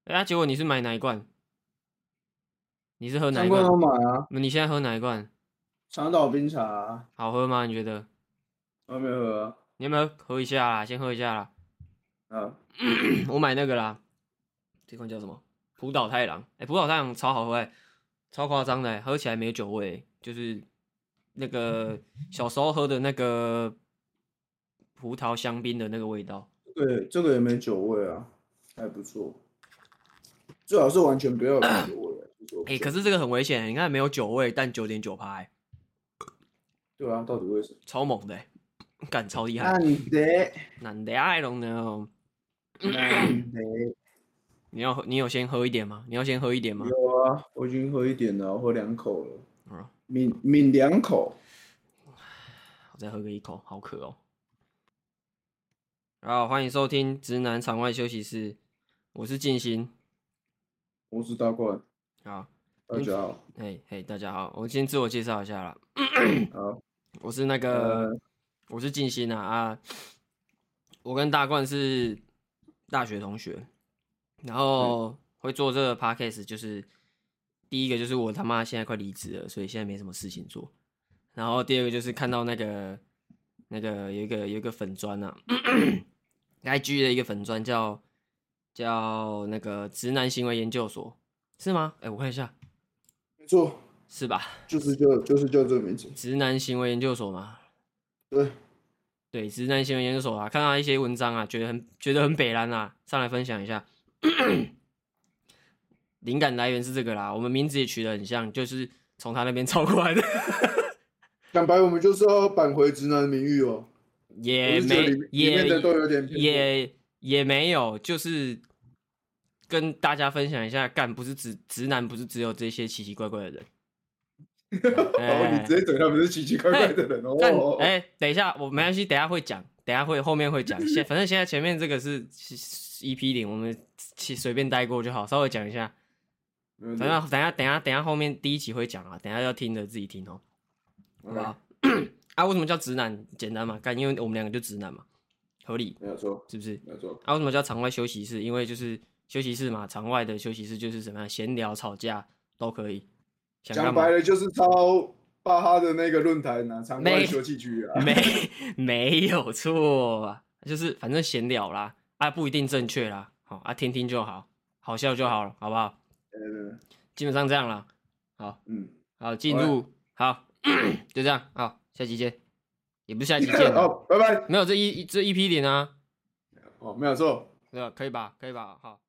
结果你是买哪一罐？你是喝哪一罐？ 三罐都买啊。 你现在喝哪一罐？ 长岛冰茶、啊， 好喝吗？你觉得？ 我没有喝啊。 你有没有喝一下啦？先喝一下啦。 啊， 我买那个啦，这罐叫什么？浦岛太郎。浦岛太郎超好喝超夸张的喝起来没有酒味，就是那个小时候喝的那个葡萄香槟的那个味道。 对，这个也没酒味啊，还不错。最好是完全不要有酒味、啊。 可是这个很危险，你看没有酒味，但9.9%。 对啊，到底为什么？ 超猛的干超厉害。 难得 I don't know。 得。 你有先喝一点吗？你要先喝一点吗？ 有啊，我已经喝一点了，我喝2口了。抿2口。 我再喝个1口，好渴哦。好，欢迎收听直男场外休息室，我是静心， 我是大冠。 好， 大家好。 嘿，大家好，我先自我介绍一下啦。 好， 我是那个，我是静心啊，我跟大冠是大学同学，然后会做这个 podcast，就是第一个就是我他妈现在快离职了，所以现在没什么事情做。然后第二个就是看到那个有一个粉专啊，IG 的一个粉专叫那个直男行为研究所，是吗？我看一下， 没错， 是吧？ 就是叫这个名字。 直男行为研究所嘛。对，直男行为研究所啊，看到一些文章啊，觉得很北蓝啊，上来分享一下。灵感来源是这个啦，我们名字也取得很像，就是从他那边抄过来的。 讲白，我们就是要扳回直男的名誉哦。 也没有，就是跟大家分享一下，干不是直男，不是只有这些奇奇怪怪的人。 你直接怼他们是奇奇怪怪的人哦。 等一下，我没关系，等一下会讲，后面会讲。反正现在前面这个是 EP0，我们随便带过就好，稍微讲一下。反正等一下后面第一集会讲啊，等一下要听的自己听哦。好不好？为什么叫直男？简单嘛，干，因为我们两个就直男嘛，合理， 没有错， 是不是？ 没有错。 为什么叫场外休息室？因为就是休息室嘛，场外的休息室就是什么样，闲聊、吵架都可以。 讲白了就是抄巴哈的那个论坛啊，场外休憩区啊。 没有错，就是反正闲聊啦，不一定正确啦，好听听就好，好笑就好了，好不好？基本上这样啦。好，好，进入，好。就这样，好，下期见，也不是下期见， 好，拜拜。 没有这EP0啊， 没有错， 对吧？可以吧？好。